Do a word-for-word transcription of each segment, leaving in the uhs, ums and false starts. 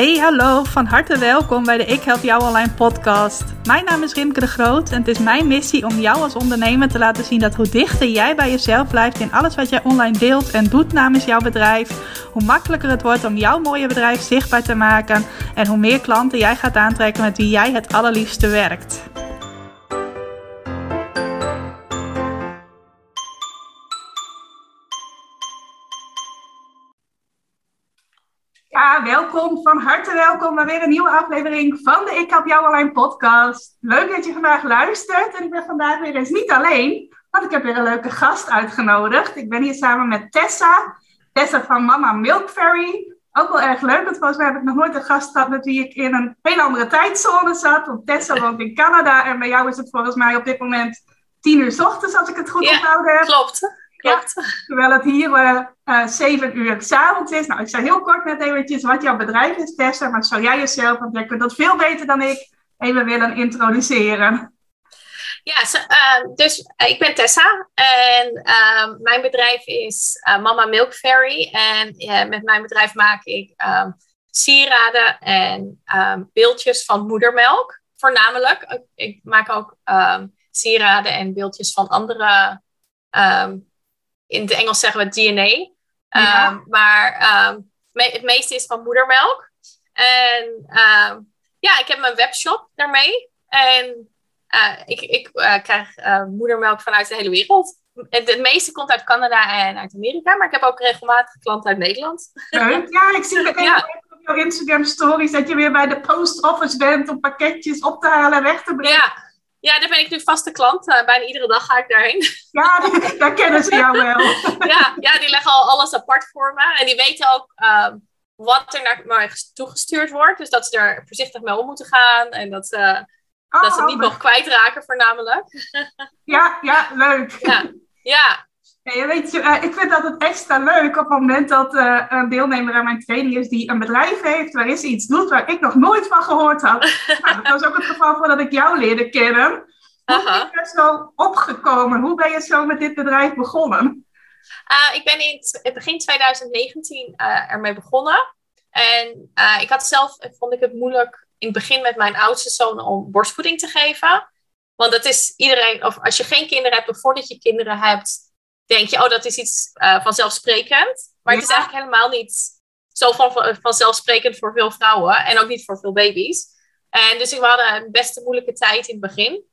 Hey, hallo, van harte welkom bij de Ik Help Jou Online podcast. Mijn naam is Rimke de Groot en het is mijn missie om jou als ondernemer te laten zien dat hoe dichter jij bij jezelf blijft in alles wat jij online deelt en doet namens jouw bedrijf, hoe makkelijker het wordt om jouw mooie bedrijf zichtbaar te maken en hoe meer klanten jij gaat aantrekken met wie jij het allerliefste werkt. Ja, welkom, van harte welkom bij weer een nieuwe aflevering van de Ik Help Jou Online podcast. Leuk dat je vandaag luistert en ik ben vandaag weer eens niet alleen, want ik heb weer een leuke gast uitgenodigd. Ik ben hier samen met Tessa, Tessa van Mama Milk Fairy. Ook wel erg leuk, want volgens mij heb ik nog nooit een gast gehad met wie ik in een hele andere tijdzone zat. Want Tessa woont in Canada en bij jou is het volgens mij op dit moment tien uur 's ochtends, als ik het goed ja, onthouden heb. Klopt. Klopt. Ja, terwijl het hier uh, uh, zeven uur 's avonds is. Nou, ik zei heel kort net eventjes wat jouw bedrijf is, Tessa. Maar zou jij jezelf, want jij kunt dat veel beter dan ik, even willen introduceren? Ja, so, uh, dus uh, ik ben Tessa. En uh, mijn bedrijf is uh, Mama Milk Fairy. En uh, met mijn bedrijf maak ik um, sieraden en um, beeldjes van moedermelk. Voornamelijk. Ik, ik maak ook um, sieraden en beeldjes van andere... Um, in het Engels zeggen we D N A. Um, ja. Maar um, me- het meeste is van moedermelk. En um, ja, ik heb mijn webshop daarmee. En uh, ik, ik uh, krijg uh, moedermelk vanuit de hele wereld. Het, het meeste komt uit Canada en uit Amerika. Maar ik heb ook regelmatig klanten uit Nederland. Leuk. Ja, ik zie het ja. op jouw Instagram stories dat je weer bij de post office bent om pakketjes op te halen en weg te brengen. Ja. Ja, daar ben ik nu vaste klant. Uh, bijna iedere dag ga ik daarheen. Ja, die, daar kennen ze jou wel. ja, ja, die leggen al alles apart voor me. En die weten ook uh, wat er naar mij toegestuurd wordt. Dus dat ze er voorzichtig mee om moeten gaan. En dat, uh, oh, dat ze het niet nog kwijtraken voornamelijk. ja, ja, leuk. Ja, ja. Ja, weet je, uh, ik vind dat het extra leuk op het moment dat uh, een deelnemer aan mijn training is die een bedrijf heeft waarin ze iets doet waar ik nog nooit van gehoord had. Nou, dat was ook het geval voordat ik jou leerde kennen. Hoe uh-huh. ben je er zo opgekomen? Hoe ben je zo met dit bedrijf begonnen? Uh, ik ben in t- begin twintig negentien uh, ermee begonnen. En uh, ik had zelf, vond ik het moeilijk in het begin met mijn oudste zoon om borstvoeding te geven. Want dat is iedereen, of als je geen kinderen hebt of voordat je kinderen hebt, denk je, oh, dat is iets uh, vanzelfsprekend. Maar ja. Het is eigenlijk helemaal niet zo van, vanzelfsprekend voor veel vrouwen. En ook niet voor veel baby's. En dus we hadden een best een moeilijke tijd in het begin.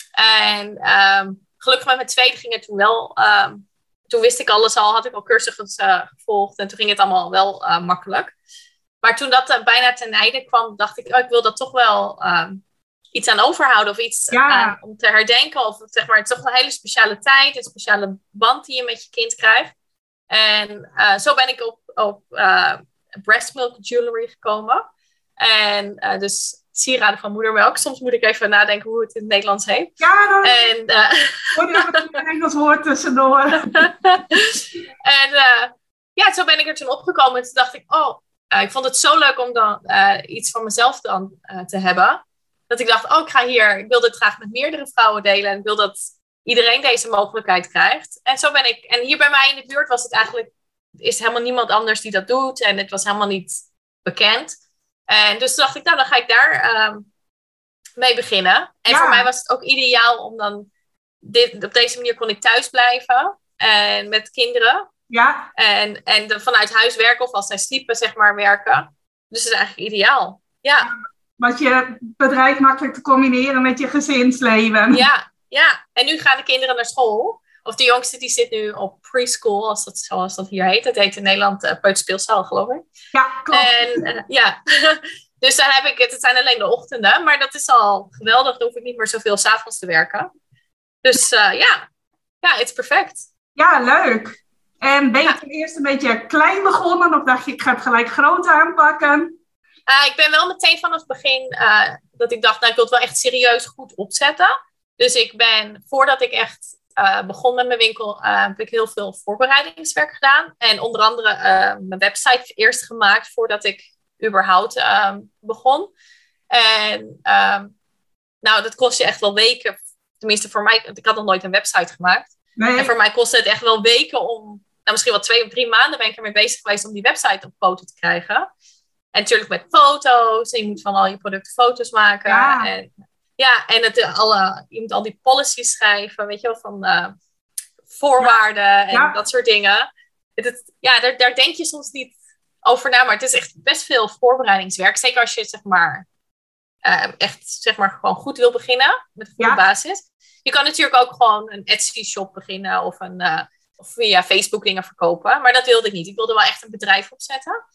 En um, gelukkig met mijn tweede ging het toen wel... Um, toen wist ik alles al, had ik al cursussen uh, gevolgd. En toen ging het allemaal wel uh, makkelijk. Maar toen dat uh, bijna ten einde kwam, dacht ik, oh, ik wil dat toch wel... Um, iets aan overhouden of iets ja. aan, om te herdenken. Of zeg maar, het is toch een hele speciale tijd. Een speciale band die je met je kind krijgt. En uh, zo ben ik op, op uh, breast milk jewelry gekomen. En uh, dus sieraden van moedermelk. Soms moet ik even nadenken hoe het in het Nederlands heet. Ja, dan en, uh, hoor je een Engels woord tussendoor. en uh, ja, zo ben ik er toen opgekomen. En toen dacht ik, oh, uh, ik vond het zo leuk om dan uh, iets van mezelf dan uh, te hebben. Dat ik dacht, oh, ik ga hier, ik wil dit graag met meerdere vrouwen delen. En ik wil dat iedereen deze mogelijkheid krijgt. En zo ben ik, en hier bij mij in de buurt was het eigenlijk, is helemaal niemand anders die dat doet. En het was helemaal niet bekend. En dus dacht ik, nou, dan ga ik daar um, mee beginnen. En ja. Voor mij was het ook ideaal om dan, dit, op deze manier kon ik thuis blijven. En met kinderen. Ja. En, en de, vanuit huis werken of als zij sliepen, zeg maar, werken. Dus het is eigenlijk ideaal. Ja. ja. Want je bedrijf makkelijk te combineren met je gezinsleven. Ja, ja. En nu gaan de kinderen naar school. Of de jongste die zit nu op preschool, als dat, zoals dat hier heet. Dat heet in Nederland uh, peuterspeelzaal, geloof ik. Ja, klopt. En uh, ja, dus dan heb ik het. Het zijn alleen de ochtenden, maar dat is al geweldig. Dan hoef ik niet meer zoveel 's avonds te werken. Dus uh, ja, ja, het is perfect. Ja, leuk. En ben je ja. ten eerste een beetje klein begonnen? Of dacht je, ik ga het gelijk groot aanpakken? Uh, ik ben wel meteen vanaf het begin uh, dat ik dacht, nou, ik wil het wel echt serieus goed opzetten. Dus ik ben, voordat ik echt uh, begon met mijn winkel, uh, heb ik heel veel voorbereidingswerk gedaan. En onder andere uh, mijn website eerst gemaakt voordat ik überhaupt uh, begon. En uh, nou, dat kost je echt wel weken. Tenminste voor mij, ik had nog nooit een website gemaakt. Nee. En voor mij kostte het echt wel weken om, nou misschien wel twee of drie maanden ben ik ermee bezig geweest om die website op poten te krijgen. En natuurlijk met foto's. En je moet van al je producten foto's maken. Ja. En, ja, en het, alle, je moet al die policies schrijven. Weet je wel, van uh, voorwaarden ja. en ja. dat soort dingen. Het, het, ja, daar, daar denk je soms niet over na. Maar het is echt best veel voorbereidingswerk. Zeker als je zeg maar, uh, echt zeg maar, gewoon goed wil beginnen. Met een goede ja. basis. Je kan natuurlijk ook gewoon een Etsy-shop beginnen. Of, een, uh, of via Facebook dingen verkopen. Maar dat wilde ik niet. Ik wilde wel echt een bedrijf opzetten.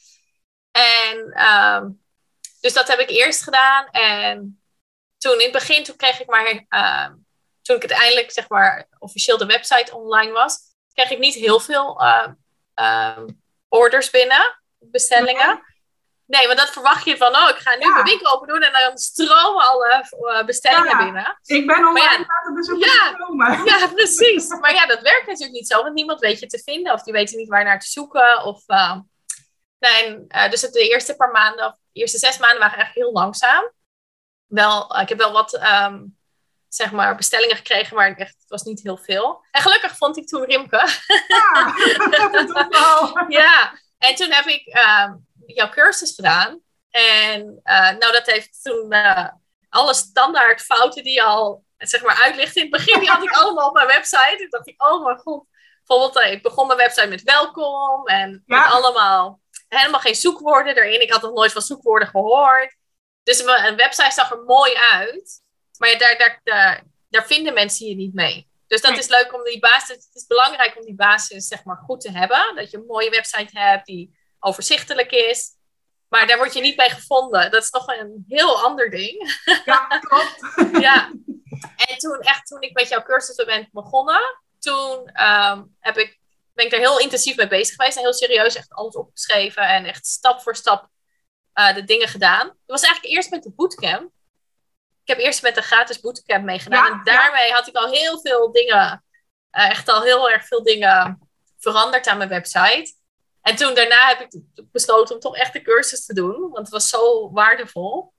En um, dus dat heb ik eerst gedaan. En toen in het begin, toen kreeg ik maar... Uh, toen ik uiteindelijk zeg maar officieel de website online was... kreeg ik niet heel veel uh, uh, orders binnen. Bestellingen. Okay. Nee, want dat verwacht je van... Oh, ik ga nu ja. mijn winkel open doen... en dan stromen alle uh, bestellingen ja, binnen. Ik ben online ja, laten bezoeken ja, komen. Ja, precies. Maar ja, dat werkt natuurlijk niet zo. Want niemand weet je te vinden. Of die weten niet waar naar te zoeken. Of... Uh, Nee, uh, dus de eerste paar maanden, of de eerste zes maanden waren echt heel langzaam. Wel, uh, ik heb wel wat, um, zeg maar, bestellingen gekregen, maar echt, het was niet heel veel. En gelukkig vond ik toen Rimke. Ja, dat wel. Ja, en toen heb ik uh, jouw cursus gedaan. En uh, nou, dat heeft toen uh, alle standaard fouten die je al, zeg maar, uitlicht in het begin, die had ik allemaal op mijn website. Toen dacht ik, oh mijn god. Bijvoorbeeld, uh, ik begon mijn website met welkom en ja. met allemaal... helemaal geen zoekwoorden erin. Ik had nog nooit van zoekwoorden gehoord. Dus een website zag er mooi uit. Maar ja, daar, daar, daar, daar vinden mensen je niet mee. Dus dat nee. is leuk om die basis... Het is belangrijk om die basis zeg maar goed te hebben. Dat je een mooie website hebt die overzichtelijk is. Maar daar word je niet mee gevonden. Dat is nog een heel ander ding. Ja, klopt. Ja. En toen, echt, toen ik met jouw cursus ben begonnen... Toen um, heb ik ben ik er heel intensief mee bezig geweest. En heel serieus echt alles opgeschreven. En echt stap voor stap uh, de dingen gedaan. Dat was eigenlijk eerst met de bootcamp. Ik heb eerst met de gratis bootcamp meegedaan. Ja, en daarmee ja. had ik al heel veel dingen... Uh, echt al heel erg veel dingen veranderd aan mijn website. En toen daarna heb ik besloten om toch echt de cursus te doen. Want het was zo waardevol.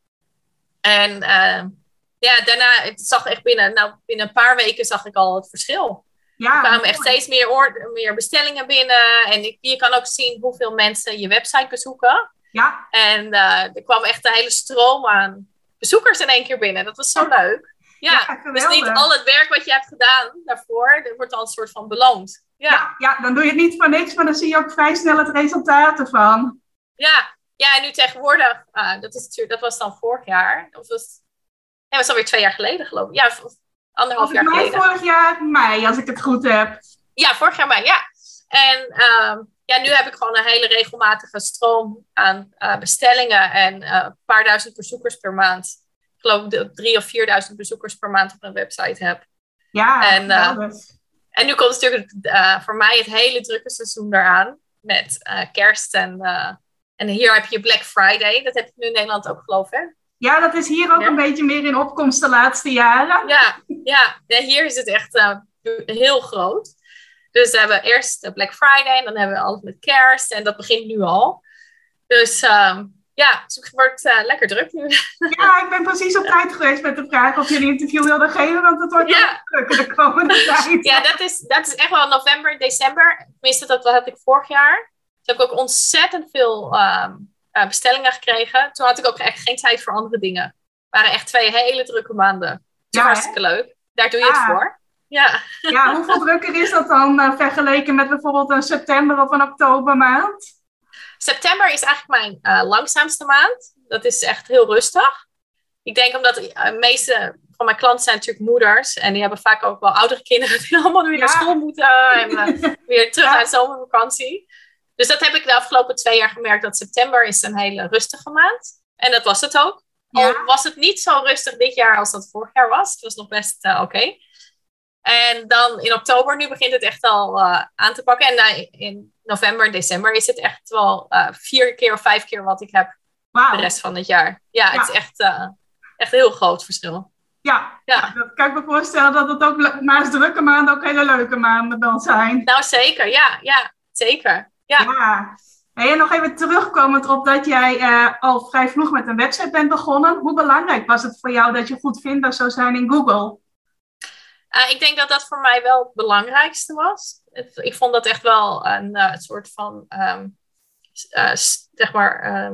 En uh, ja, daarna ik zag echt binnen... Nou, binnen een paar weken zag ik al het verschil. Ja, er kwamen echt steeds meer, oor- meer bestellingen binnen. En ik, je kan ook zien hoeveel mensen je website bezoeken. Ja. En uh, er kwam echt een hele stroom aan bezoekers in één keer binnen. Dat was zo ja. leuk. Ja, ja dus niet al het werk wat je hebt gedaan daarvoor, dat wordt al een soort van beloond. Ja. Ja, ja, dan doe je het niet voor niks, maar dan zie je ook vrij snel het resultaat ervan. Ja, ja en nu tegenwoordig, uh, dat, is natuurlijk, dat was dan vorig jaar. Of was, ja, dat was alweer twee jaar geleden geloof ik. Ja, anderhalf jaar geleden. Vorig jaar mei, als ik het goed heb. Ja, vorig jaar mei, ja. En uh, ja, nu heb ik gewoon een hele regelmatige stroom aan uh, bestellingen en uh, een paar duizend bezoekers per maand. Ik geloof dat drie of vierduizend bezoekers per maand op mijn website heb. Ja, en, uh, en nu komt natuurlijk uh, voor mij het hele drukke seizoen eraan. Met uh, kerst en, uh, en hier heb je Black Friday. Dat heb je nu in Nederland ook geloof ik. Ja, dat is hier ook ja. een beetje meer in opkomst de laatste jaren. Ja, ja. ja hier is het echt uh, heel groot. Dus we hebben eerst de Black Friday en dan hebben we alles met kerst. En dat begint nu al. Dus uh, ja, het wordt uh, lekker druk nu. Ja, ik ben precies op tijd geweest met de vraag of je een interview wilde geven. Want het wordt ja. druk de komende tijd. Ja, dat is, dat is echt wel november, december. Tenminste, dat had ik vorig jaar. Toen heb ik ook ontzettend veel... Um, Uh, bestellingen gekregen. Toen had ik ook echt geen tijd voor andere dingen. Het waren echt twee hele drukke maanden. Het was ja, hartstikke hè? Leuk. Daar doe je ah. het voor. Ja. Ja, hoeveel drukker is dat dan uh, vergeleken met bijvoorbeeld een september of een oktobermaand? September is eigenlijk mijn uh, langzaamste maand. Dat is echt heel rustig. Ik denk omdat de uh, meeste van mijn klanten zijn natuurlijk moeders. En die hebben vaak ook wel oudere kinderen die allemaal weer ja. naar school moeten. En uh, weer terug ja. uit zomervakantie. Dus dat heb ik de afgelopen twee jaar gemerkt, dat september is een hele rustige maand. En dat was het ook. Ja. Al was het niet zo rustig dit jaar als dat vorig jaar was. Het was nog best uh, oké. Okay. En dan in oktober, nu begint het echt al uh, aan te pakken. En uh, in november en december is het echt wel uh, vier keer of vijf keer wat ik heb wow. de rest van het jaar. Ja, ja. Het is echt, uh, echt een heel groot verschil. Ja, ja. ja, dat kan ik me voorstellen dat het ook naast drukke maanden ook hele leuke maanden dan zijn. Nou zeker, ja, ja zeker. Ja. ja. En nog even terugkomend op dat jij uh, al vrij vroeg met een website bent begonnen. Hoe belangrijk was het voor jou dat je goed vindbaar zou zijn in Google? Uh, ik denk dat dat voor mij wel het belangrijkste was. Het, ik vond dat echt wel een, uh, een soort van, um, uh, zeg maar, um,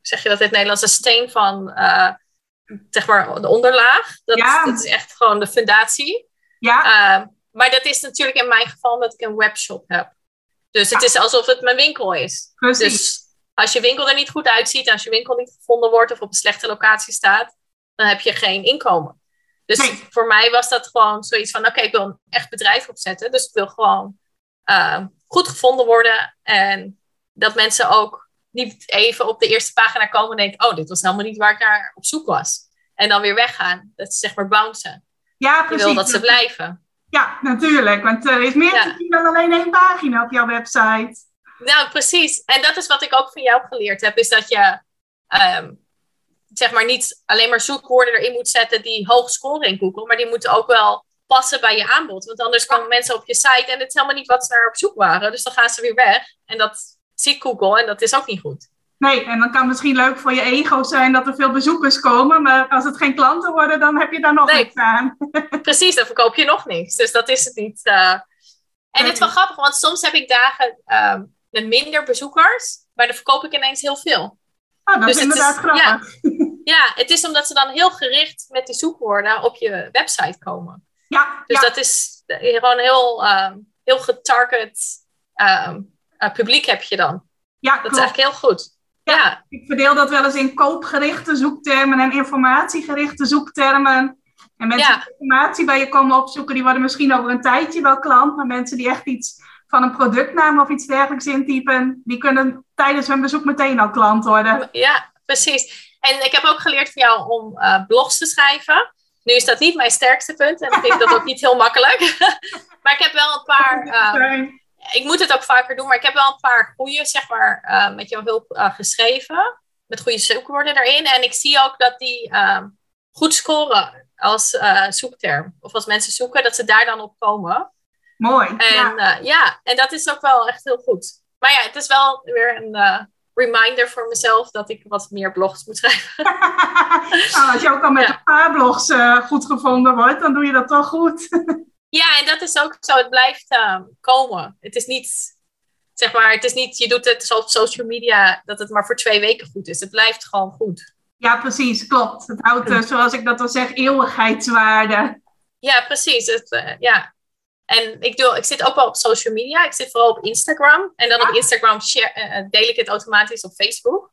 zeg je dat in het Nederlands, een steen van, uh, zeg maar, de onderlaag. Dat, Ja. dat is echt gewoon de fundatie. Ja. Uh, maar dat is natuurlijk in mijn geval dat ik een webshop heb. Dus het Ja. is alsof het mijn winkel is. Precies. Dus als je winkel er niet goed uitziet, als je winkel niet gevonden wordt of op een slechte locatie staat, dan heb je geen inkomen. Dus Nee. voor mij was dat gewoon zoiets van, oké, okay, ik wil een echt bedrijf opzetten. Dus ik wil gewoon uh, goed gevonden worden. En dat mensen ook niet even op de eerste pagina komen en denken, oh, dit was helemaal niet waar ik naar op zoek was. En dan weer weggaan. Dat is zeg maar bouncen. Ja, precies. Je wil dat ze blijven. Ja, natuurlijk. Want er is meer Ja. te zien dan alleen één pagina op jouw website. Nou, precies. En dat is wat ik ook van jou geleerd heb. Is dat je um, zeg maar niet alleen maar zoekwoorden erin moet zetten die hoog scoren in Google. Maar die moeten ook wel passen bij je aanbod. Want anders komen mensen op je site en het is helemaal niet wat ze naar op zoek waren. Dus dan gaan ze weer weg. En dat ziet Google en dat is ook niet goed. Nee, en dan kan het misschien leuk voor je ego zijn dat er veel bezoekers komen. Maar als het geen klanten worden, dan heb je daar nog Nee. niks aan. Precies, dan verkoop je nog niks. Dus dat is het niet. Uh... En nee. Het is wel grappig, want soms heb ik dagen uh, met minder bezoekers. Maar dan verkoop ik ineens heel veel. Oh, dat dus is inderdaad is, grappig. Ja, ja, het is omdat ze dan heel gericht met die zoekwoorden op je website komen. Ja, dus ja. dat is gewoon heel, uh, heel getarget uh, uh, publiek heb je dan. Ja, dat klopt. is eigenlijk heel goed. Ja, ja. Ik verdeel dat wel eens in koopgerichte zoektermen en informatiegerichte zoektermen. En mensen Ja. die informatie bij je komen opzoeken, die worden misschien over een tijdje wel klant. Maar mensen die echt iets van een productnaam of iets dergelijks intypen, die kunnen tijdens hun bezoek meteen al klant worden. Ja, precies. En ik heb ook geleerd van jou om uh, blogs te schrijven. Nu is dat niet mijn sterkste punt en dan vind ik dat ook niet heel makkelijk. Maar ik heb wel een paar... Uh, ik moet het ook vaker doen, maar ik heb wel een paar goede, zeg maar, uh, met jouw hulp uh, geschreven. Met goede zoekwoorden erin. En ik zie ook dat die uh, goed scoren als uh, zoekterm. Of als mensen zoeken, dat ze daar dan op komen. Mooi. En ja. Uh, ja, en dat is ook wel echt heel goed. Maar ja, het is wel weer een uh, reminder voor mezelf dat ik wat meer blogs moet schrijven. Nou, als je ook al met ja. een paar blogs uh, goed gevonden wordt, dan doe je dat toch goed. Ja, en dat is ook zo. Het blijft uh, komen. Het is niet, zeg maar, het is niet, je doet het zo op social media dat het maar voor twee weken goed is. Het blijft gewoon goed. Ja, precies. Klopt. Het houdt, uh, zoals ik dat al zeg, eeuwigheidswaarde. Ja, precies. Het, uh, ja. En ik, doe, ik zit ook wel op social media. Ik zit vooral op Instagram. En dan ja. op Instagram share, uh, deel ik het automatisch op Facebook.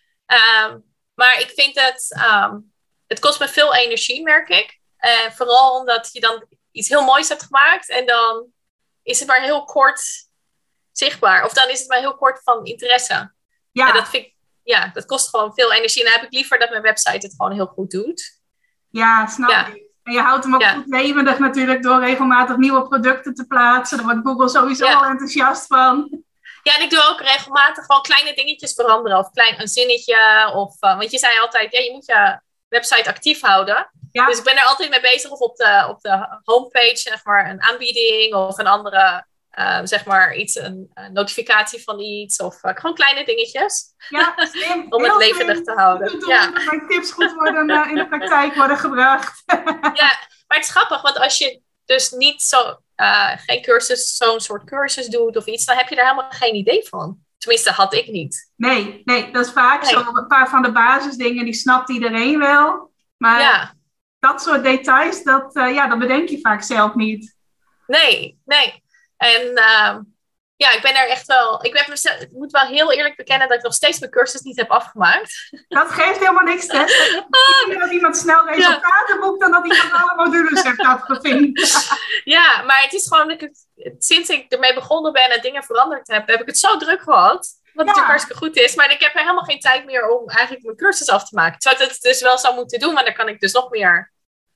Um, maar ik vind het, um, het kost me veel energie, merk ik. Uh, vooral omdat je dan iets heel moois hebt gemaakt. En dan is het maar heel kort zichtbaar. Of dan is het maar heel kort van interesse. Ja. En dat vind ik, ja, dat kost gewoon veel energie. En dan heb ik liever dat mijn website het gewoon heel goed doet. Ja, snap ik. Ja. En je houdt hem ook ja. goed levendig natuurlijk door regelmatig nieuwe producten te plaatsen. Daar wordt Google sowieso ja. al enthousiast van. Ja, en ik doe ook regelmatig gewoon kleine dingetjes veranderen. Of klein, een zinnetje. Of, uh, want je zei altijd, ja, je moet je website actief houden. Ja. Dus ik ben er altijd mee bezig. Of op de, op de homepage, zeg maar, een aanbieding. Of een andere, uh, zeg maar, iets, een, een notificatie van iets. Of uh, gewoon kleine dingetjes. Ja, slim. Om het levendig te houden. Ja. Dat mijn tips goed worden uh, in de praktijk worden gebracht. Ja, maar het is grappig. Want als je dus niet zo, uh, geen cursus, zo'n soort cursus doet of iets. Dan heb je er helemaal geen idee van. Tenminste, had ik niet. Nee, nee, dat is vaak nee. zo. Een paar van de basisdingen, die snapt iedereen wel. Maar ja. dat soort details, dat, uh, ja, dat bedenk je vaak zelf niet. Nee, nee. En uh, ja, ik ben er echt wel... Ik, ben mezelf, ik moet wel heel eerlijk bekennen dat ik nog steeds mijn cursus niet heb afgemaakt. Dat geeft helemaal niks, hè? Ik denk dat iemand snel resultaten ja. boekt dan dat iemand alle modules heeft afgevinkt. Ja, maar het is gewoon... Ik, sinds ik ermee begonnen ben en dingen veranderd heb, heb ik het zo druk gehad. Wat ja. natuurlijk hartstikke goed is. Maar ik heb er helemaal geen tijd meer om eigenlijk mijn cursus af te maken. Terwijl ik het dus wel zou moeten doen. Maar dan kan ik dus nog meer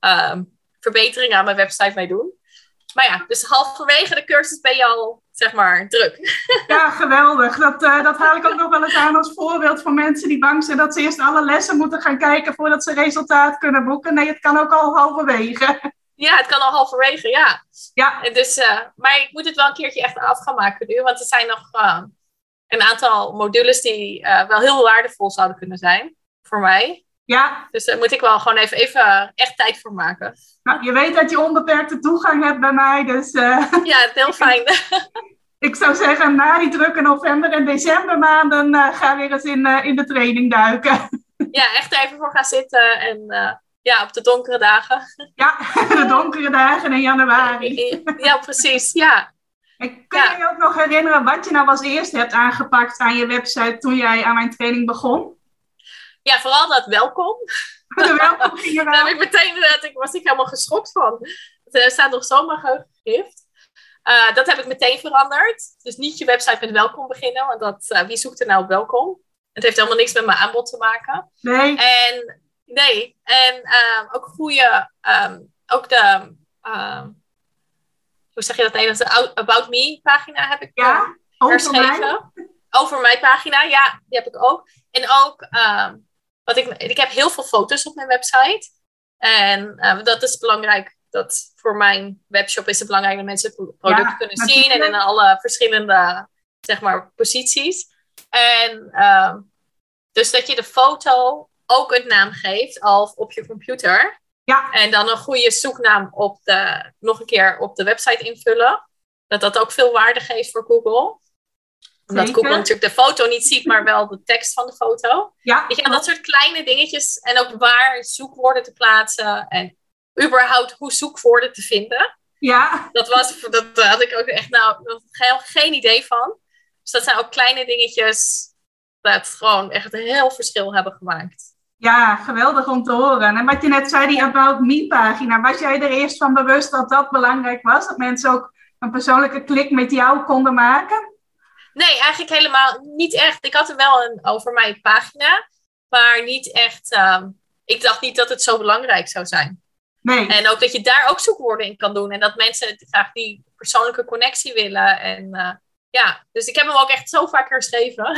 um, verbeteringen aan mijn website mee doen. Maar ja, dus halverwege de cursus ben je al, zeg maar, druk. Ja, geweldig. Dat, uh, dat haal ik ook nog wel eens aan als voorbeeld van mensen die bang zijn dat ze eerst alle lessen moeten gaan kijken voordat ze resultaat kunnen boeken. Nee, het kan ook al halverwege. Ja, het kan al halverwege, ja. Ja. En dus, uh, maar ik moet het wel een keertje echt af gaan maken nu. Want er zijn nog uh, een aantal modules die uh, wel heel waardevol zouden kunnen zijn voor mij. Ja. Dus daar moet ik wel gewoon even, even echt tijd voor maken. Nou, je weet dat je onbeperkte toegang hebt bij mij, dus... Uh... Ja, het is heel fijn. Ik zou zeggen, na die drukke november- en decembermaanden uh, ga weer eens in, uh, in de training duiken. Ja, echt even voor gaan zitten en uh, ja, op de donkere dagen. Ja, de donkere dagen in januari. Ja, precies, ja. En kun je ja. je ook nog herinneren wat je nou als eerste hebt aangepakt aan je website toen jij aan mijn training begon? Ja, vooral dat welkom. De welkom ging je wel. Daar heb ik meteen, daar was ik helemaal geschokt van. Er staat nog zomaar geheugengift. Uh, dat heb ik meteen veranderd. Dus niet je website met welkom beginnen, want dat, uh, wie zoekt er nou op welkom? Het heeft helemaal niks met mijn aanbod te maken. Nee. En, nee. en uh, ook goede, um, ook de, uh, hoe zeg je dat Nederlands? De About Me pagina heb ik ja, herschreven. Over mijn pagina, ja, die heb ik ook. En ook, uh, wat ik, ik heb heel veel foto's op mijn website. En uh, dat is belangrijk. Dat voor mijn webshop is het belangrijk dat mensen het product ja, kunnen zien. En in alle verschillende, zeg maar, posities. En uh, dus dat je de foto ook een naam geeft of op je computer. Ja. En dan een goede zoeknaam op de, nog een keer op de website invullen. Dat dat ook veel waarde geeft voor Google. Omdat Zeker. Google natuurlijk de foto niet ziet, maar wel de tekst van de foto. Ja. Weet je, en dat soort kleine dingetjes. En ook waar zoekwoorden te plaatsen. En überhaupt hoe zoekwoorden te vinden. Ja. Dat, was, dat had ik ook echt nou geen, geen idee van. Dus dat zijn ook kleine dingetjes dat gewoon echt een heel verschil hebben gemaakt. Ja, geweldig om te horen. En wat je net zei, die About Me pagina. Was jij er eerst van bewust dat dat belangrijk was? Dat mensen ook een persoonlijke klik met jou konden maken? Nee, eigenlijk helemaal niet echt. Ik had er wel een over mijn pagina. Maar niet echt... Um, ik dacht niet dat het zo belangrijk zou zijn. Nee. En ook dat je daar ook zoekwoorden in kan doen. En dat mensen graag die persoonlijke connectie willen. En uh, ja, dus ik heb hem ook echt zo vaak herschreven.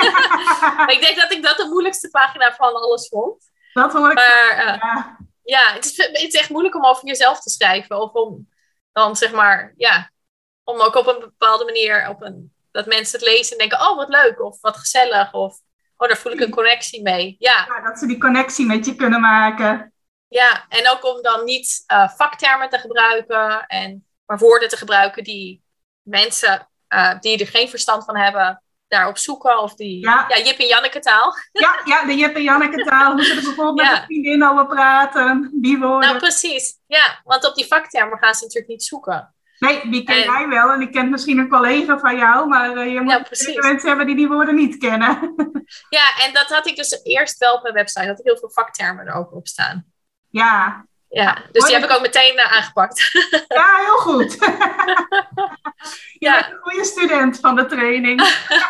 Ik denk dat ik dat de moeilijkste pagina van alles vond. Dat hoor ik. Maar uh, ja, ja het, is, het is echt moeilijk om over jezelf te schrijven. Of om dan zeg maar, ja, om ook op een bepaalde manier, op een, dat mensen het lezen en denken, oh wat leuk. Of wat gezellig. Of oh, daar voel ik een connectie mee. Ja, ja dat ze die connectie met je kunnen maken. Ja, en ook om dan niet uh, vaktermen te gebruiken, en, maar woorden te gebruiken die mensen uh, die er geen verstand van hebben, daarop zoeken. Of die, ja, ja Jip en Janneke taal. Ja, ja, de Jip en Janneke taal. Moeten er bijvoorbeeld ja. met een vriendin over praten, die woorden. Nou, precies. Ja, want op die vaktermen gaan ze natuurlijk niet zoeken. Nee, die ken en... jij wel. En ik ken misschien een collega van jou, maar uh, je moet ja, mensen hebben die die woorden niet kennen. Ja, en dat had ik dus eerst wel op mijn website, dat ik heel veel vaktermen er ook op staan. Ja. Ja, dus die heb ik ook meteen uh, aangepakt. Ja, heel goed. Je ja. bent een goede student van de training.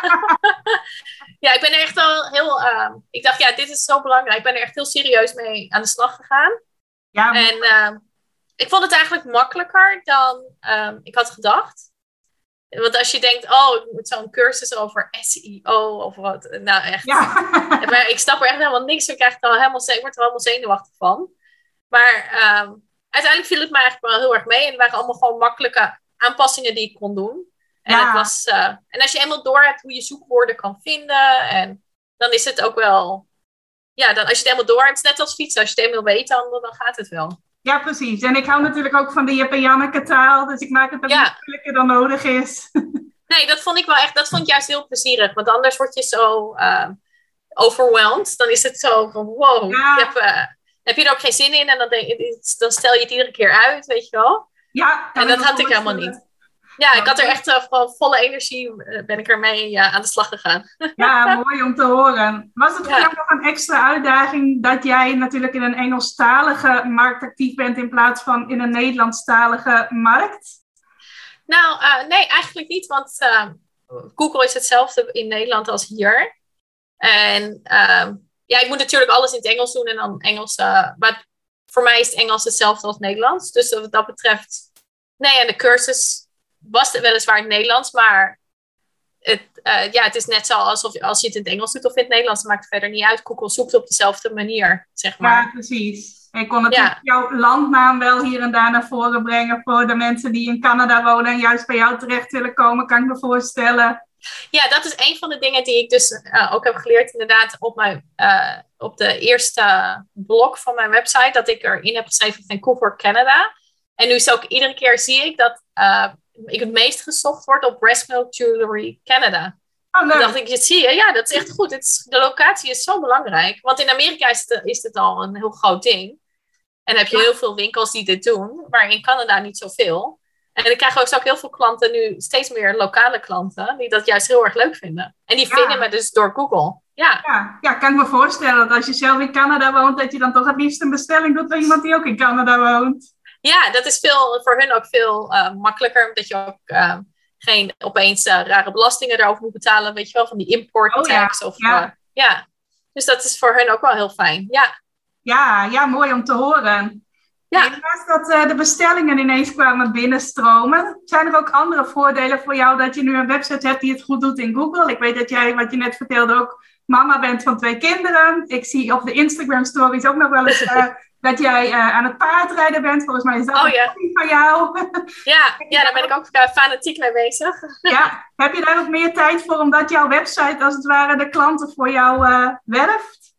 Ja, ik ben er echt al heel... Uh, ik dacht, ja, dit is zo belangrijk. Ik ben er echt heel serieus mee aan de slag gegaan. Ja. En uh, ik vond het eigenlijk makkelijker dan um, ik had gedacht. Want als je denkt, oh, ik moet zo'n cursus over S E O of wat. Nou, echt. Ja. Maar ik snap er echt helemaal niks van. Ik, krijg het al helemaal, ik word er helemaal zenuwachtig van. Maar um, uiteindelijk viel het me eigenlijk wel heel erg mee. En er waren allemaal gewoon makkelijke aanpassingen die ik kon doen. En, ja. het was, uh, en als je eenmaal door hebt hoe je zoekwoorden kan vinden. En dan is het ook wel... Ja, dan, als je het eenmaal door hebt, net als fietsen. Als je het eenmaal weet, dan, dan gaat het wel. Ja, precies. En ik hou natuurlijk ook van de Jip en Janneke taal. Dus ik maak het ook ja. moeilijker dan nodig is. Nee, dat vond ik wel echt... Dat vond ik juist heel plezierig. Want anders word je zo uh, overwhelmed. Dan is het zo van, wow, ja. ik heb... Uh, heb je er ook geen zin in en dan, denk, dan stel je het iedere keer uit, weet je wel. Ja. En dat had ik helemaal niet. Ja, ik had er echt uh, van volle energie, uh, ben ik ermee uh, aan de slag gegaan. Ja, mooi om te horen. Was het voor jou nog een extra uitdaging dat jij natuurlijk in een Engelstalige markt actief bent in plaats van in een Nederlandstalige markt? Nou, uh, nee, eigenlijk niet, want uh, Google is hetzelfde in Nederland als hier. En... Uh, Ja, ik moet natuurlijk alles in het Engels doen en dan Engels. Uh, maar voor mij is het Engels hetzelfde als Nederlands. Dus wat dat betreft... Nee, en de cursus was het weliswaar in het Nederlands. Maar het, uh, ja, het is net zo alsof als je het in het Engels doet of in het Nederlands. Dat maakt het verder niet uit. Google zoekt op dezelfde manier, zeg maar. Ja, precies. Ik kon natuurlijk ja. jouw landnaam wel hier en daar naar voren brengen. Voor de mensen die in Canada wonen en juist bij jou terecht willen komen, kan ik me voorstellen. Ja, dat is een van de dingen die ik dus uh, ook heb geleerd inderdaad op, mijn, uh, op de eerste blog van mijn website. Dat ik erin heb geschreven Vancouver, Canada. En nu is ook iedere keer zie ik dat uh, ik het meest gezocht word op Breast Milk Jewelry Canada. Oh, leuk. Toen dacht ik, je zie je, ja, dat is echt goed. Het is, de locatie is zo belangrijk. Want in Amerika is het, is het al een heel groot ding. En dan heb je Ja. heel veel winkels die dit doen, maar in Canada niet zoveel. En dan krijgen we ook heel veel klanten nu, steeds meer lokale klanten, die dat juist heel erg leuk vinden. En die Ja. vinden me dus door Google. Ja. Ja, ja, kan ik me voorstellen dat als je zelf in Canada woont, dat je dan toch het liefst een bestelling doet bij iemand die ook in Canada woont. Ja, dat is veel, voor hun ook veel uh, makkelijker, omdat je ook uh, geen opeens uh, rare belastingen erover moet betalen, weet je wel, van die import Oh, ja. tax. Of, Ja. uh, ja. Dus dat is voor hun ook wel heel fijn. Ja. Ja, ja, mooi om te horen. Ja. En naast dat uh, de bestellingen ineens kwamen binnenstromen, zijn er ook andere voordelen voor jou dat je nu een website hebt die het goed doet in Google? Ik weet dat jij, wat je net vertelde, ook mama bent van twee kinderen. Ik zie op de Instagram stories ook nog wel eens uh, dat jij uh, aan het paardrijden bent. Volgens mij is dat Oh, een ja. hobby van jou. Ja, ja, daar ben ik ook uh, fanatiek mee bezig. Ja, heb je daar ook meer tijd voor omdat jouw website als het ware de klanten voor jou uh, werft?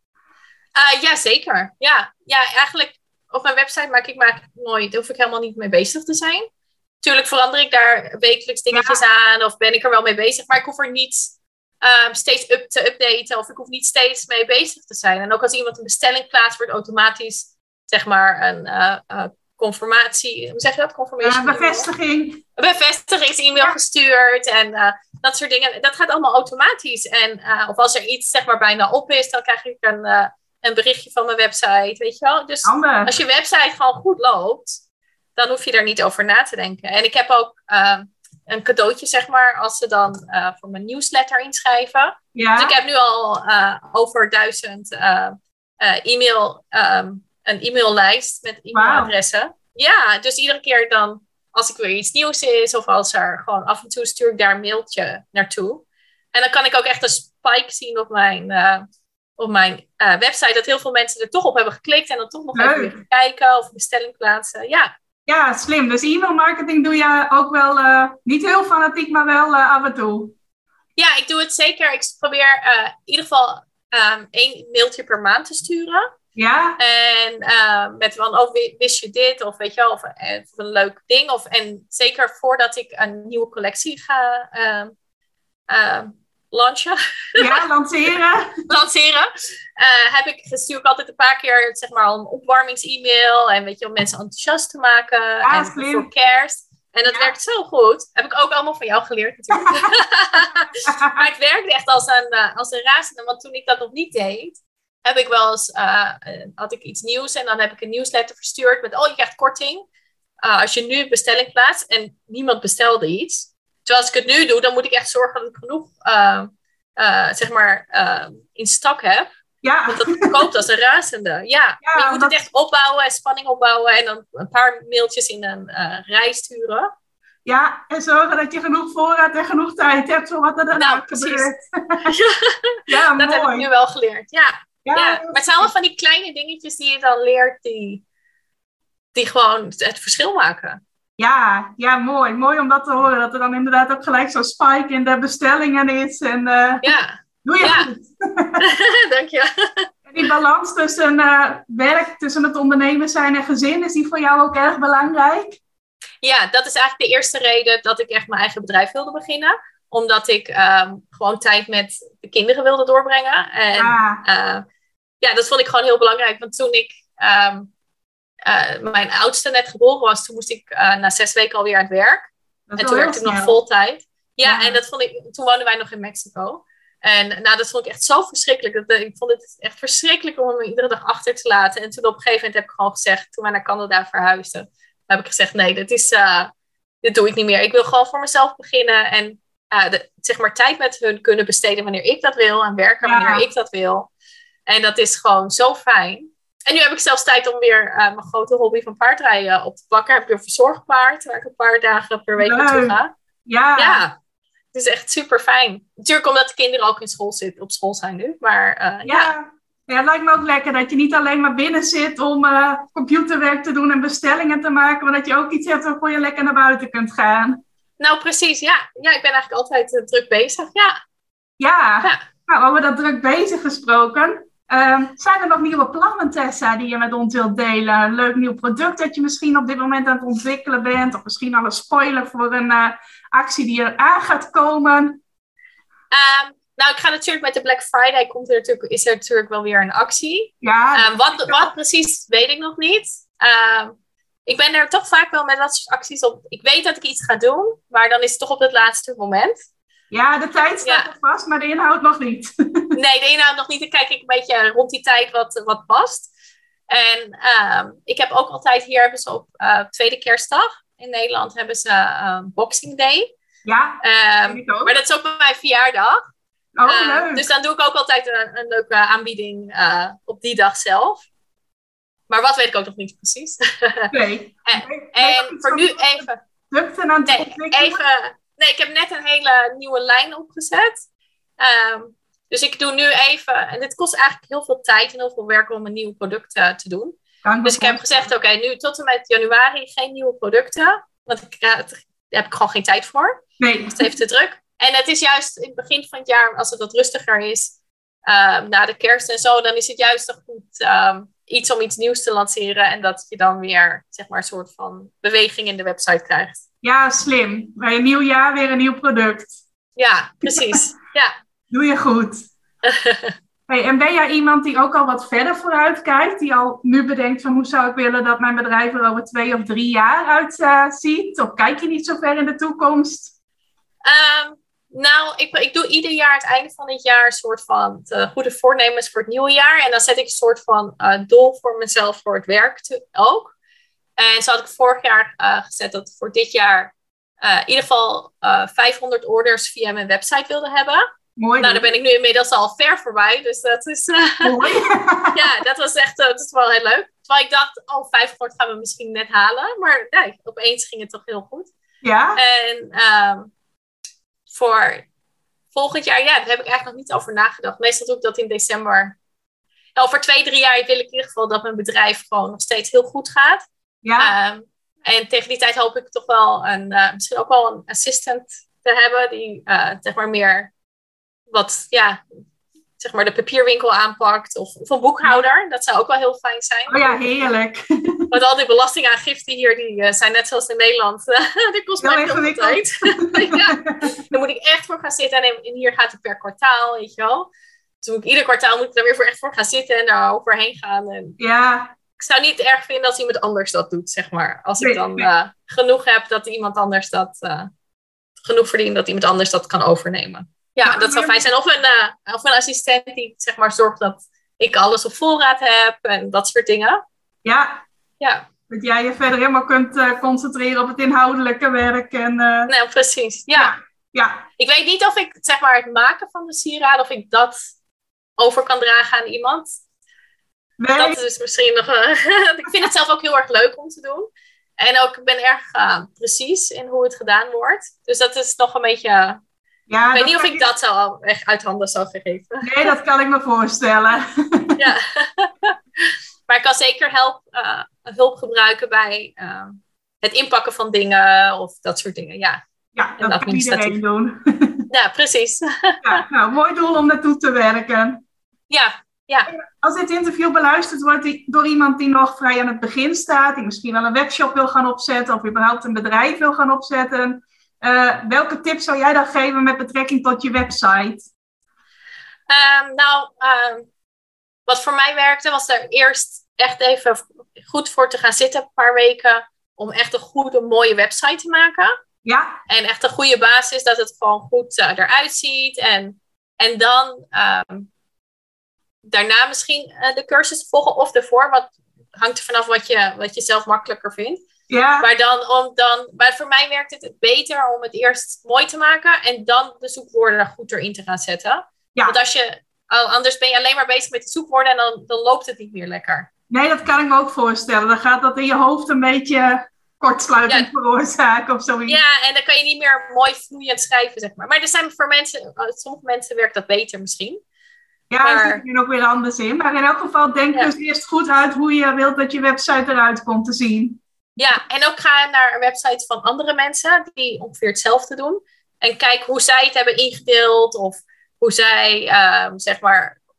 Uh, ja, zeker. Ja. ja, eigenlijk op mijn website maak ik me eigenlijk nooit, hoef ik helemaal niet mee bezig te zijn. Tuurlijk verander ik daar wekelijks dingetjes ja. aan of ben ik er wel mee bezig, maar ik hoef er niet um, steeds up te updaten of ik hoef niet steeds mee bezig te zijn. En ook als iemand een bestelling plaatst, wordt automatisch zeg maar een uh, uh, confirmatie, hoe zeg je dat? Confirmation ja, bevestiging. Een bevestigings-e-mail ja. gestuurd en uh, dat soort dingen. Dat gaat allemaal automatisch. En uh, of als er iets zeg maar bijna op is, dan krijg ik een, uh, een berichtje van mijn website, weet je wel. Dus Ander. Als je website gewoon goed loopt, dan hoef je er niet over na te denken. En ik heb ook uh, een cadeautje, zeg maar, als ze dan uh, voor mijn newsletter inschrijven. Ja. Dus ik heb nu al uh, over duizend uh, uh, e-mail, um, een e-maillijst met e-mailadressen. Wow. Ja, dus iedere keer dan, als ik weer iets nieuws is, of als er gewoon af en toe stuur ik daar een mailtje naartoe. En dan kan ik ook echt een spike zien op mijn, uh, op mijn uh, website, dat heel veel mensen er toch op hebben geklikt en dan toch nog Leuk. even weer gaan kijken of een bestelling plaatsen. Ja. Ja, slim. Dus e-mail marketing doe je ook wel, uh, niet heel fanatiek, maar wel uh, af en toe. Ja, ik doe het zeker. Ik probeer uh, in ieder geval um, één mailtje per maand te sturen. Ja. En uh, met van, oh, wist je dit? Of weet je wel, of, of een leuk ding. Of, en zeker voordat ik een nieuwe collectie ga uh, uh, launchen. Ja, lanceren. lanceren. Uh, heb ik, stuur ik altijd een paar keer zeg maar, een opwarmings-e-mail. En weet je, om mensen enthousiast te maken. Ja, en slim. voor kerst. En dat ja. werkt zo goed. Heb ik ook allemaal van jou geleerd natuurlijk. Maar het werkte echt als een, uh, als een razende. Want toen ik dat nog niet deed, heb ik wel eens, uh, uh, had ik iets nieuws en dan heb ik een nieuwsletter verstuurd met, oh, je krijgt korting. Uh, als je nu een bestelling plaatst en niemand bestelde iets. Terwijl als ik het nu doe, dan moet ik echt zorgen dat ik genoeg, uh, uh, zeg maar, uh, in stak heb. Ja. Want dat verkoopt als een razende. Ja, ja je moet dat... het echt opbouwen en spanning opbouwen en dan een paar mailtjes in een uh, rij sturen. Ja, en zorgen dat je genoeg voorraad en genoeg tijd hebt voor wat er daarna nou, gebeurt. ja, dat mooi. heb ik nu wel geleerd, ja. Ja, ja. Maar het zijn allemaal van die kleine dingetjes die je dan leert die, die gewoon het verschil maken. Ja, ja, mooi. Mooi om dat te horen. Dat er dan inderdaad ook gelijk zo'n spike in de bestellingen is. En, uh, ja. Doe je ja. goed. Dank je. En die balans tussen uh, werk, tussen het ondernemen zijn en gezin, is die voor jou ook erg belangrijk? Ja, dat is eigenlijk de eerste reden dat ik echt mijn eigen bedrijf wilde beginnen. Omdat ik um, gewoon tijd met de kinderen wilde doorbrengen. En ah. uh, ja, dat vond ik gewoon heel belangrijk. Want toen ik um, uh, mijn oudste net geboren was, toen moest ik uh, na zes weken alweer aan het werk. En toen werkte ik nog vol tijd. Ja, ja, en dat vond ik, toen woonden wij nog in Mexico. En nou, dat vond ik echt zo verschrikkelijk. Dat, ik vond het echt verschrikkelijk om me iedere dag achter te laten. En toen op een gegeven moment heb ik gewoon gezegd, toen wij naar Canada verhuisden, heb ik gezegd, nee, dit, is, uh, dit doe ik niet meer. Ik wil gewoon voor mezelf beginnen en uh, de, zeg maar tijd met hun kunnen besteden wanneer ik dat wil. En werken ja. wanneer ik dat wil. En dat is gewoon zo fijn. En nu heb ik zelfs tijd om weer uh, mijn grote hobby van paardrijden op te pakken. Heb ik een verzorgpaard, waar ik een paar dagen per week naartoe ga. Ja. ja. Het is echt super fijn. Natuurlijk omdat de kinderen ook in school zitten, op school zijn nu. Maar uh, ja. ja. Ja, het lijkt me ook lekker dat je niet alleen maar binnen zit om uh, computerwerk te doen en bestellingen te maken. Maar dat je ook iets hebt waarvoor je lekker naar buiten kunt gaan. Nou precies, ja. Ja, ik ben eigenlijk altijd uh, druk bezig. Ja. Ja. ja. Nou, over dat druk bezig gesproken. Um, zijn er nog nieuwe plannen, Tessa, die je met ons wilt delen? Een leuk nieuw product dat je misschien op dit moment aan het ontwikkelen bent? Of misschien al een spoiler voor een uh, actie die er aan gaat komen? Um, nou, ik ga natuurlijk met de Black Friday, komt er natuurlijk, is er natuurlijk wel weer een actie. Ja, um, wat, wat precies, weet ik nog niet. Um, ik ben er toch vaak wel met dat soort acties op. Ik weet dat ik iets ga doen, maar dan is het toch op het laatste moment. Ja, de tijd staat ja. er vast, maar de inhoud nog niet. Nee, de inhoud nog niet. Dan kijk ik een beetje rond die tijd wat, wat past. En um, ik heb ook altijd, hier hebben ze op uh, tweede kerstdag in Nederland, hebben ze uh, Boxing Day. Ja, um, maar dat is ook mijn verjaardag. Oh, uh, leuk. Dus dan doe ik ook altijd een, een leuke aanbieding uh, op die dag zelf. Maar wat weet ik ook nog niet precies. Nee. en en voor nu even... Aan nee, even... Nee, ik heb net een hele nieuwe lijn opgezet. Um, dus ik doe nu even... En dit kost eigenlijk heel veel tijd en heel veel werk om een nieuw product uh, te doen. Dank dus ik heb gezegd, oké, okay, nu tot en met januari geen nieuwe producten. Want ik, uh, daar heb ik gewoon geen tijd voor. Nee. Het is even te druk. En het is juist in het begin van het jaar, als het wat rustiger is, um, na de kerst en zo, dan is het juist toch goed um, iets om iets nieuws te lanceren. En dat je dan weer, zeg maar, een soort van beweging in de website krijgt. Ja, slim. Bij een nieuw jaar weer een nieuw product. Ja, precies. Ja. Doe je goed. Hey, en ben jij iemand die ook al wat verder vooruit kijkt? Die al nu bedenkt van hoe zou ik willen dat mijn bedrijf er over twee of drie jaar uitziet? Uh, of kijk je niet zo ver in de toekomst? Um, nou, ik, ik doe ieder jaar het einde van het jaar een soort van de goede voornemens voor het nieuwe jaar. En dan zet ik een soort van uh, doel voor mezelf voor het werk te, ook. En zo had ik vorig jaar uh, gezet dat ik voor dit jaar uh, in ieder geval uh, vijfhonderd orders via mijn website wilde hebben. Mooi. Nou, daar ben ik nu inmiddels al ver voorbij. Dus dat is... Uh, Mooi. Ja, dat was echt uh, dat is wel heel leuk. Terwijl ik dacht, oh, vijfhonderd gaan we misschien net halen. Maar nee, opeens ging het toch heel goed. Ja. En um, voor volgend jaar, ja, daar heb ik eigenlijk nog niet over nagedacht. Meestal doe ik dat in december. Over twee, drie jaar wil ik in ieder geval dat mijn bedrijf gewoon nog steeds heel goed gaat. Ja. Um, en tegen die tijd hoop ik toch wel een, uh, misschien ook wel een assistant te hebben. Die uh, zeg maar meer wat, ja, zeg maar de papierwinkel aanpakt. Of, of een boekhouder. Dat zou ook wel heel fijn zijn. Oh ja, heerlijk. Want al die belastingaangiften hier, die uh, zijn net zoals in Nederland. Uh, die kost mij heel veel tijd. Ja. Dan moet ik echt voor gaan zitten. En, en hier gaat het per kwartaal, weet je wel. Dus moet ik, ieder kwartaal moet ik daar weer voor echt voor gaan zitten. En daar overheen gaan. En ja. Ik zou niet erg vinden als iemand anders dat doet, zeg maar. Als ik dan uh, genoeg heb dat iemand anders dat... Uh, genoeg verdient dat iemand anders dat kan overnemen. Ja, ja dat zou fijn zijn. Of een, uh, of een assistent die, zeg maar, zorgt dat ik alles op voorraad heb. En dat soort dingen. Ja. Ja. Dat jij je verder helemaal kunt uh, concentreren op het inhoudelijke werk. En, uh... Nee, precies. Ja. ja. Ja. Ik weet niet of ik, zeg maar, het maken van de sieraden, of ik dat over kan dragen aan iemand. Nee. Dat is dus misschien nog... Uh, ik vind het zelf ook heel erg leuk om te doen. En ook, ik ben erg uh, precies in hoe het gedaan wordt. Dus dat is nog een beetje... Ja, ik weet niet of ik je... dat zo echt uit handen zou geven. Nee, dat kan ik me voorstellen. Ja. Maar ik kan zeker help, uh, hulp gebruiken bij uh, het inpakken van dingen of dat soort dingen. Ja, ja dat kan iedereen doen. Ja, precies. Ja, nou, mooi doel om naartoe te werken. Ja, ja. Als dit interview beluisterd wordt door iemand die nog vrij aan het begin staat, die misschien wel een webshop wil gaan opzetten of überhaupt een bedrijf wil gaan opzetten, uh, welke tips zou jij dan geven met betrekking tot je website? Um, nou, um, wat voor mij werkte was er eerst echt even goed voor te gaan zitten, een paar weken, om echt een goede, mooie website te maken. Ja. En echt een goede basis, dat het gewoon goed uh, eruit ziet. En, en dan um, daarna misschien uh, de cursus volgen of ervoor. Wat hangt er vanaf wat je, wat je zelf makkelijker vindt. Ja. Maar, dan, om dan, maar voor mij werkt het beter om het eerst mooi te maken. En dan de zoekwoorden er goed erin te gaan zetten. Ja. Want als je, anders ben je alleen maar bezig met de zoekwoorden. En dan, dan loopt het niet meer lekker. Nee, dat kan ik me ook voorstellen. Dan gaat dat in je hoofd een beetje kortsluiting ja. veroorzaken of zoiets. Ja, en dan kan je niet meer mooi vloeiend schrijven, zeg maar. Maar er zijn voor mensen, sommige mensen werkt dat beter misschien. Ja, maar... daar zit er ook weer anders in. Maar in elk geval denk ja. dus eerst goed uit hoe je wilt dat je website eruit komt te zien. Ja, en ook ga naar websites van andere mensen die ongeveer hetzelfde doen. En kijk hoe zij het hebben ingedeeld of hoe zij, uh, zeg maar,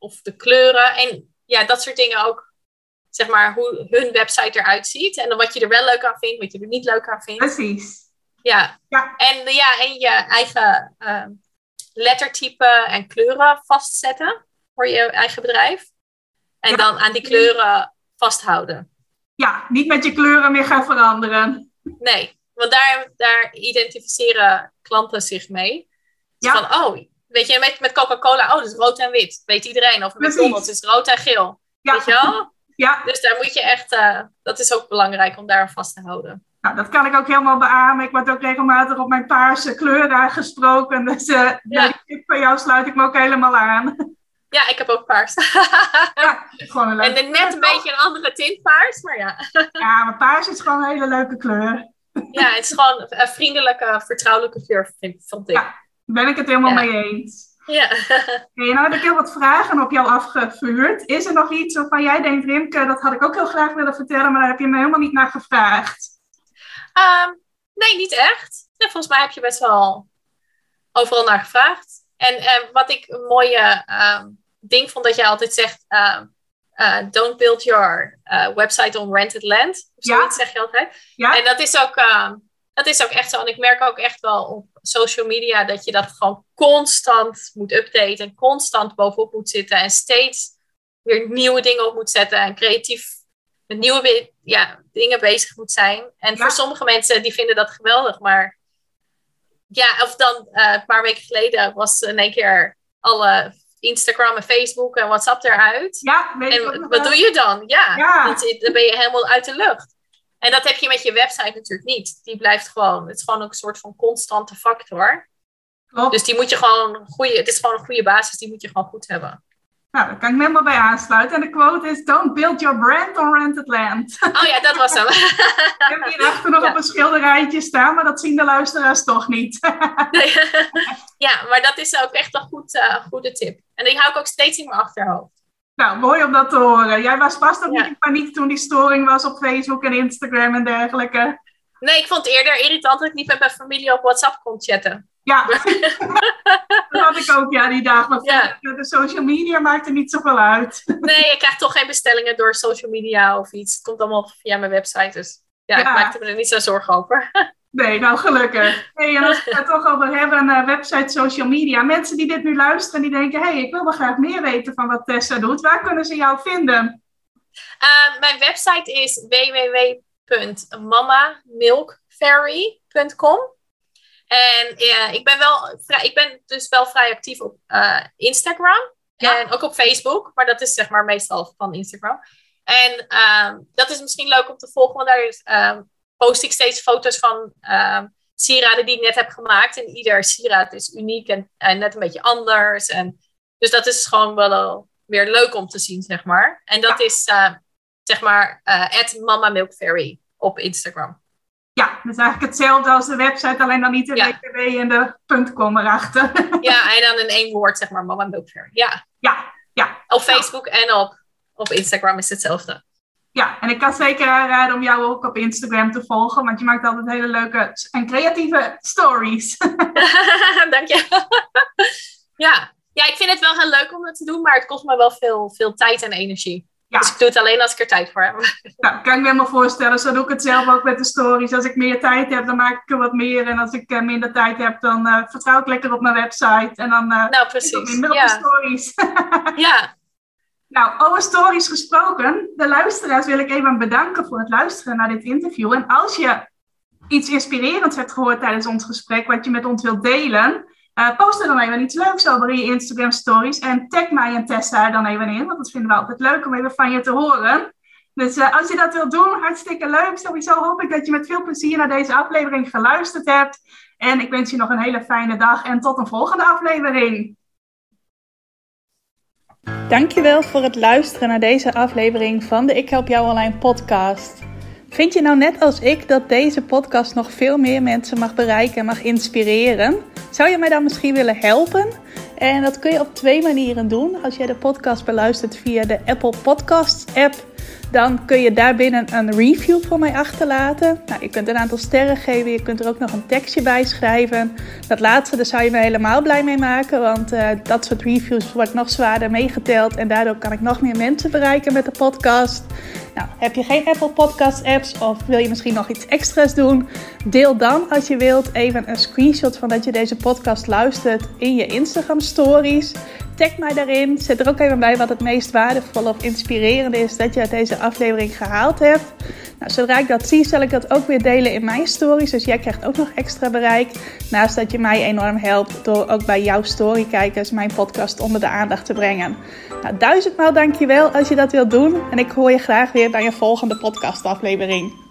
of de kleuren. En ja, dat soort dingen ook. Zeg maar hoe hun website eruit ziet. En dan wat je er wel leuk aan vindt, wat je er niet leuk aan vindt. Precies. Ja, ja. En, ja, en je eigen uh, lettertype en kleuren vastzetten voor je eigen bedrijf. En ja. dan aan die kleuren vasthouden. Ja, niet met je kleuren meer gaan veranderen. Nee, want daar, daar identificeren klanten zich mee. Dus ja. Van, oh, weet je, met, met Coca-Cola, oh, dat is rood en wit. Weet iedereen. Of met McDonald's is rood en geel. Ja. Weet je wel? Ja. Dus daar moet je echt, uh, dat is ook belangrijk om daar aan vast te houden. Nou, dat kan ik ook helemaal beamen. Ik word ook regelmatig op mijn paarse kleur aangesproken. Dus uh, ja. bij die tip van jou sluit ik me ook helemaal aan. Ja, ik heb ook paars. Ja, gewoon een leuke en net kleur, een beetje een andere tint paars, maar ja. Ja, maar paars is gewoon een hele leuke kleur. Ja, het is gewoon een vriendelijke, vertrouwelijke kleur, vond ik. Ja, daar ben ik het helemaal ja. mee eens. Ja. Hey, nou heb ik heel wat vragen op jou afgevuurd. Is er nog iets waarvan jij denkt, Rimke, dat had ik ook heel graag willen vertellen, maar daar heb je me helemaal niet naar gevraagd? Um, nee, niet echt. Ja, volgens mij heb je best wel overal naar gevraagd. En uh, wat ik een mooie uh, ding vond dat jij altijd zegt, uh, uh, don't build your uh, website on rented land. Of zoiets ja. zeg je altijd. Ja. En dat is ook... Uh, Dat is ook echt zo. En ik merk ook echt wel op social media dat je dat gewoon constant moet updaten. En constant bovenop moet zitten. En steeds weer nieuwe dingen op moet zetten. En creatief met nieuwe ja, dingen bezig moet zijn. En ja. voor sommige mensen die vinden dat geweldig. Maar ja, of dan uh, een paar weken geleden was in één keer alle Instagram en Facebook en WhatsApp eruit. Ja, weet en wat wel. Doe je dan? Ja, ja. Dan, dan ben je helemaal uit de lucht. En dat heb je met je website natuurlijk niet. Die blijft gewoon, het is gewoon ook een soort van constante factor. Klopt. Dus die moet je gewoon, goede, het is gewoon een goede basis, die moet je gewoon goed hebben. Nou, daar kan ik me helemaal bij aansluiten. En de quote is, don't build your brand on rented land. Oh ja, dat was hem. Ik heb hier achter nog ja. op een schilderijtje staan, maar dat zien de luisteraars toch niet. Nee. Ja, maar dat is ook echt een goed, uh, goede tip. En die hou ik ook steeds in mijn achterhoofd. Nou, mooi om dat te horen. Jij was vast ook ja. niet in paniek toen die storing was op Facebook en Instagram en dergelijke. Nee, ik vond het eerder irritant dat ik niet met mijn familie op WhatsApp kon chatten. Ja, dat had ik ook ja, die dag. Maar ja. de social media maakt er niet zoveel uit. Nee, ik krijg toch geen bestellingen door social media of iets. Het komt allemaal via mijn website, dus ja, ja. ik maakte me er niet zo zorgen over. Nee, nou gelukkig. Hey, en als we het toch over hebben, uh, website, social media. Mensen die dit nu luisteren, die denken, hé, hey, ik wil wel graag meer weten van wat Tessa doet. Waar kunnen ze jou vinden? Uh, mijn website is w w w punt mama milk fairy punt com. En uh, ik ben wel vrij, ik ben dus wel vrij actief op uh, Instagram. Ja. En ook op Facebook, maar dat is zeg maar meestal van Instagram. En uh, dat is misschien leuk om te volgen, want daar is... Uh, post ik steeds foto's van uh, sieraden die ik net heb gemaakt. En ieder sieraad is uniek en, en net een beetje anders. En, dus dat is gewoon wel uh, weer leuk om te zien, zeg maar. En dat ja. is, uh, zeg maar, at uh, mama milk fairy op Instagram. Ja, dat is eigenlijk hetzelfde als de website, alleen dan niet de ja. www en de .com erachter. Ja, en dan in één woord, zeg maar, mama milk fairy. Ja, ja, ja. Op Facebook ja. en op, op Instagram is hetzelfde. Ja, en ik kan zeker aanraden om jou ook op Instagram te volgen, want je maakt altijd hele leuke en creatieve stories. Dank je. Ja. ja, ik vind het wel heel leuk om het te doen, maar het kost me wel veel, veel tijd en energie. Ja. Dus ik doe het alleen als ik er tijd voor heb. Nou, kan ik me helemaal voorstellen. Zo doe ik het zelf ook met de stories. Als ik meer tijd heb, dan maak ik er wat meer. En als ik uh, minder tijd heb, dan uh, vertrouw ik lekker op mijn website. En dan uh, nou, precies. minder ja. op de stories. Ja. Nou, over stories gesproken. De luisteraars wil ik even bedanken voor het luisteren naar dit interview. En als je iets inspirerends hebt gehoord tijdens ons gesprek, wat je met ons wilt delen, uh, post er dan even iets leuks over in je Instagram stories. En tag mij en Tessa er dan even in, want dat vinden we altijd leuk om even van je te horen. Dus uh, als je dat wilt doen, hartstikke leuk. Sowieso hoop ik dat je met veel plezier naar deze aflevering geluisterd hebt. En ik wens je nog een hele fijne dag en tot een volgende aflevering. Dankjewel voor het luisteren naar deze aflevering van de Ik Help Jou Online podcast. Vind je nou net als ik dat deze podcast nog veel meer mensen mag bereiken en mag inspireren? Zou je mij dan misschien willen helpen? En dat kun je op twee manieren doen. Als jij de podcast beluistert via de Apple Podcasts app, dan kun je daarbinnen een review voor mij achterlaten. Nou, je kunt een aantal sterren geven, je kunt er ook nog een tekstje bij schrijven. Dat laatste, daar zou je me helemaal blij mee maken, want uh, dat soort reviews wordt nog zwaarder meegeteld en daardoor kan ik nog meer mensen bereiken met de podcast. Nou, heb je geen Apple Podcast apps of wil je misschien nog iets extra's doen? Deel dan, als je wilt, even een screenshot van dat je deze podcast luistert in je Instagram stories. Tag mij daarin. Zet er ook even bij wat het meest waardevol of inspirerend is dat je uit deze aflevering gehaald hebt. Nou, zodra ik dat zie, zal ik dat ook weer delen in mijn stories. Dus jij krijgt ook nog extra bereik. Naast dat je mij enorm helpt door ook bij jouw storykijkers mijn podcast onder de aandacht te brengen. Nou, duizendmaal dankjewel als je dat wilt doen. En ik hoor je graag weer bij een volgende podcastaflevering.